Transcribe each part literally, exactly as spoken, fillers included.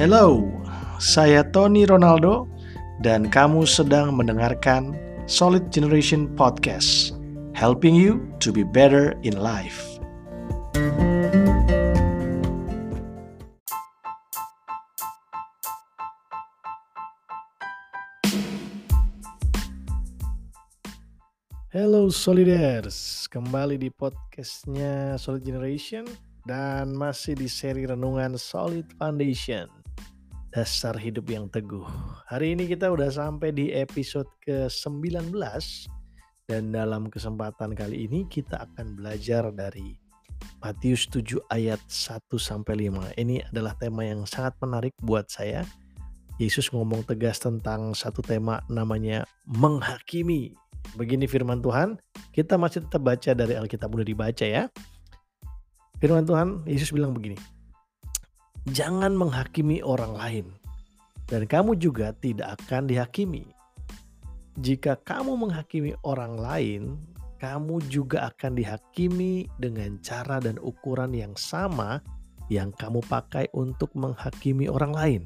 Hello, saya Tony Ronaldo dan kamu sedang mendengarkan Solid Generation Podcast, helping you to be better in life. Hello Soliders, kembali di podcastnya Solid Generation dan masih di seri renungan Solid Foundation, dasar hidup yang teguh. Hari ini kita udah sampai di episode ke sembilan belas dan dalam kesempatan kali ini kita akan belajar dari Matius tujuh ayat satu sampai lima. Ini adalah tema yang sangat menarik buat saya. Yesus ngomong tegas tentang satu tema namanya menghakimi. Begini firman Tuhan, kita masih tetap baca dari Alkitab, udah dibaca ya. Firman Tuhan, Yesus bilang begini, jangan menghakimi orang lain, dan kamu juga tidak akan dihakimi. Jika kamu menghakimi orang lain, kamu juga akan dihakimi dengan cara dan ukuran yang sama yang kamu pakai untuk menghakimi orang lain.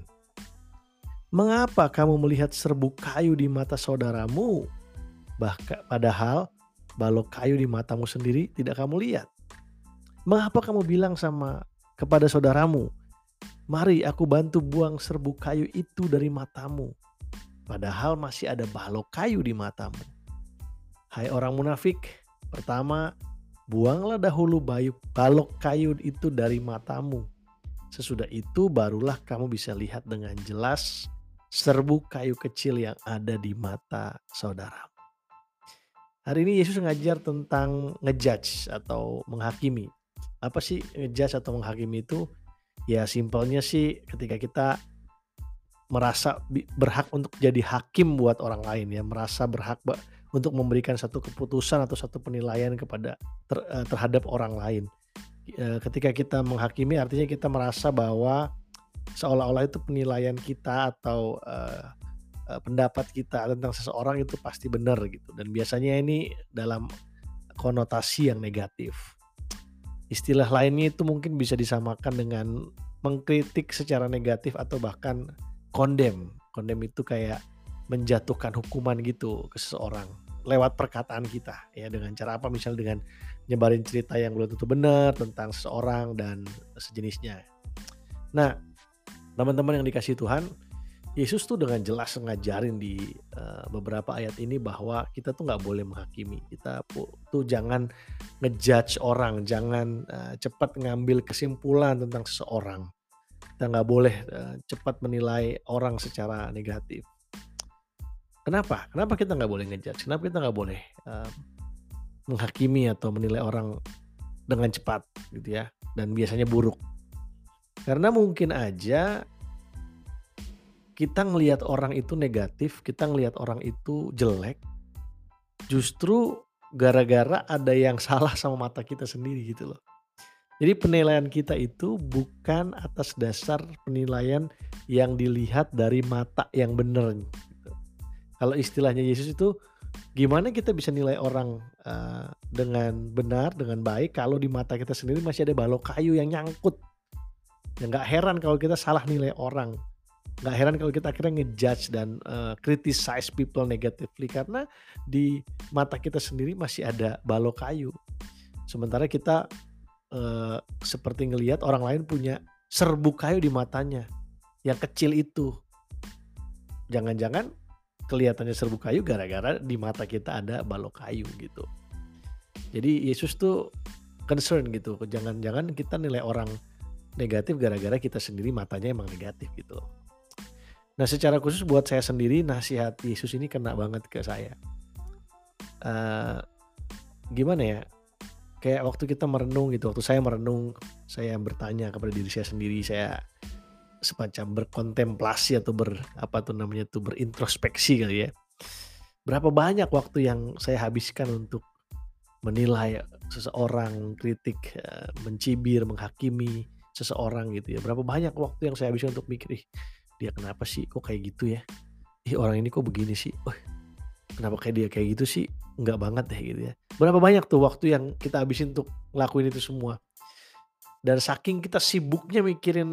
Mengapa kamu melihat serbuk kayu di mata saudaramu, bahkan padahal balok kayu di matamu sendiri tidak kamu lihat? Mengapa kamu bilang sama kepada saudaramu, mari aku bantu buang serbuk kayu itu dari matamu, padahal masih ada balok kayu di matamu? Hai orang munafik, pertama buanglah dahulu balok kayu itu dari matamu. Sesudah itu barulah kamu bisa lihat dengan jelas serbuk kayu kecil yang ada di mata saudaramu. Hari ini Yesus ngajar tentang ngejudge atau menghakimi. Apa sih ngejudge atau menghakimi itu? Ya simpelnya sih ketika kita merasa berhak untuk jadi hakim buat orang lain ya, merasa berhak untuk memberikan satu keputusan atau satu penilaian kepada ter, terhadap orang lain. Ketika kita menghakimi artinya kita merasa bahwa seolah-olah itu penilaian kita atau uh, uh, pendapat kita tentang seseorang itu pasti benar gitu, dan biasanya ini dalam konotasi yang negatif. Istilah lainnya itu mungkin bisa disamakan dengan mengkritik secara negatif atau bahkan kondem. Kondem itu kayak menjatuhkan hukuman gitu ke seseorang lewat perkataan kita ya, dengan cara apa? Misal dengan nyebarin cerita yang belum tentu benar tentang seseorang dan sejenisnya. Nah, teman-teman yang dikasihi Tuhan, Yesus tuh dengan jelas ngajarin di uh, beberapa ayat ini bahwa kita tuh nggak boleh menghakimi. Kita tuh jangan ngejudge orang, jangan uh, cepat ngambil kesimpulan tentang seseorang. Kita nggak boleh uh, cepat menilai orang secara negatif. Kenapa? Kenapa kita nggak boleh ngejudge? Kenapa kita nggak boleh uh, menghakimi atau menilai orang dengan cepat gitu ya? Dan biasanya buruk. Karena mungkin aja kita ngelihat orang itu negatif, kita ngelihat orang itu jelek, justru gara-gara ada yang salah sama mata kita sendiri gitu loh. Jadi penilaian kita itu bukan atas dasar penilaian yang dilihat dari mata yang benar gitu. Kalau istilahnya Yesus itu, gimana kita bisa nilai orang uh, dengan benar, dengan baik kalau di mata kita sendiri masih ada balok kayu yang nyangkut. Ya gak heran kalau kita salah nilai orang. Gak heran kalau kita akhirnya ngejudge dan uh, criticize people negatively, karena di mata kita sendiri masih ada balok kayu. Sementara kita uh, seperti ngelihat orang lain punya serbuk kayu di matanya yang kecil itu. Jangan-jangan kelihatannya serbuk kayu gara-gara di mata kita ada balok kayu gitu. Jadi Yesus tuh concern gitu. Jangan-jangan kita nilai orang negatif gara-gara kita sendiri matanya emang negatif gitu. Nah, secara khusus buat saya sendiri nasihat Yesus ini kena banget ke saya. Uh, gimana ya? Kayak waktu kita merenung gitu, waktu saya merenung, saya bertanya kepada diri saya sendiri, saya semacam berkontemplasi atau ber apa tuh namanya tuh berintrospeksi kali ya. Berapa banyak waktu yang saya habiskan untuk menilai seseorang, kritik, uh, mencibir, menghakimi seseorang gitu ya. Berapa banyak waktu yang saya habiskan untuk mikir, ih dia kenapa sih kok kayak gitu ya, ih orang ini kok begini sih, oh kenapa kayak dia kayak gitu sih, enggak banget deh gitu ya. Berapa banyak tuh waktu yang kita habisin untuk ngelakuin itu semua. Dan saking kita sibuknya mikirin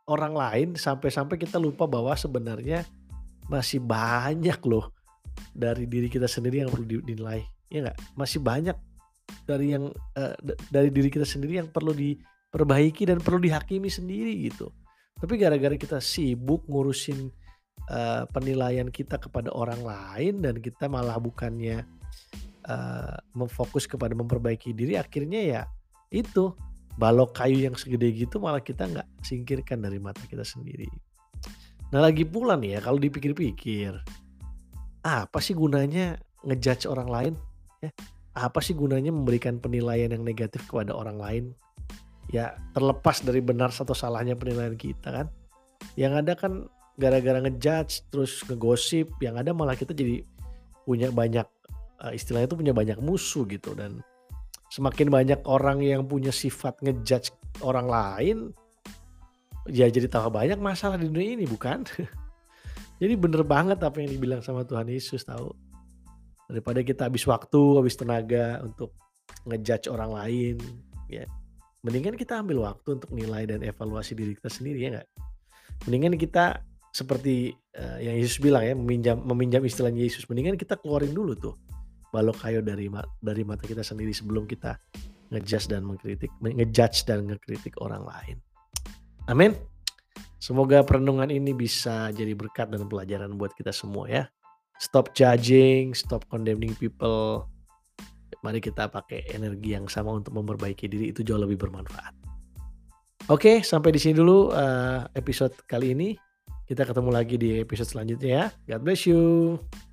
orang lain sampai-sampai kita lupa bahwa sebenarnya masih banyak loh dari diri kita sendiri yang perlu di dinilai, ya nggak? Masih banyak dari yang, eee, da dari diri kita sendiri yang perlu diperbaiki dan perlu dihakimi sendiri gitu. Tapi gara-gara kita sibuk ngurusin, eee, penilaian kita kepada orang lain dan kita malah bukannya, eee, memfokus kepada memperbaiki diri, akhirnya ya itu, balok kayu yang segede gitu malah kita nggak singkirkan dari mata kita sendiri. Nah lagi pula nih ya kalau dipikir-pikir, apa sih gunanya nge-judge orang lain, ya? Apa sih gunanya memberikan penilaian yang negatif kepada orang lain? Ya terlepas dari benar atau salahnya penilaian kita kan. Yang ada kan gara-gara nge-judge terus ngegosip, yang ada malah kita jadi punya banyak, eee, istilahnya itu punya banyak musuh gitu. Dan semakin banyak orang yang punya sifat nge-judge orang lain, ya jadi tambah banyak masalah di dunia ini bukan? Jadi bener banget apa yang dibilang sama Tuhan Yesus tahu. Daripada kita habis waktu, habis tenaga untuk nge-judge orang lain, ya mendingan kita ambil waktu untuk nilai dan evaluasi diri kita sendiri, ya nggak? Mendingan kita seperti, eee, yang Yesus bilang ya, meminjam meminjam istilahnya Yesus, mendingan kita keluarin dulu tuh balok kayu dari ma dari mata kita sendiri sebelum kita nge-judge dan mengkritik nge-judge dan ngekritik orang lain. Amin. Semoga perenungan ini bisa jadi berkat dan pelajaran buat kita semua ya. Stop judging, stop condemning people. Mari kita pakai energi yang sama untuk memperbaiki diri, itu jauh lebih bermanfaat. Oke, sampai di sini dulu uh, episode kali ini. Kita ketemu lagi di episode selanjutnya ya. God bless you.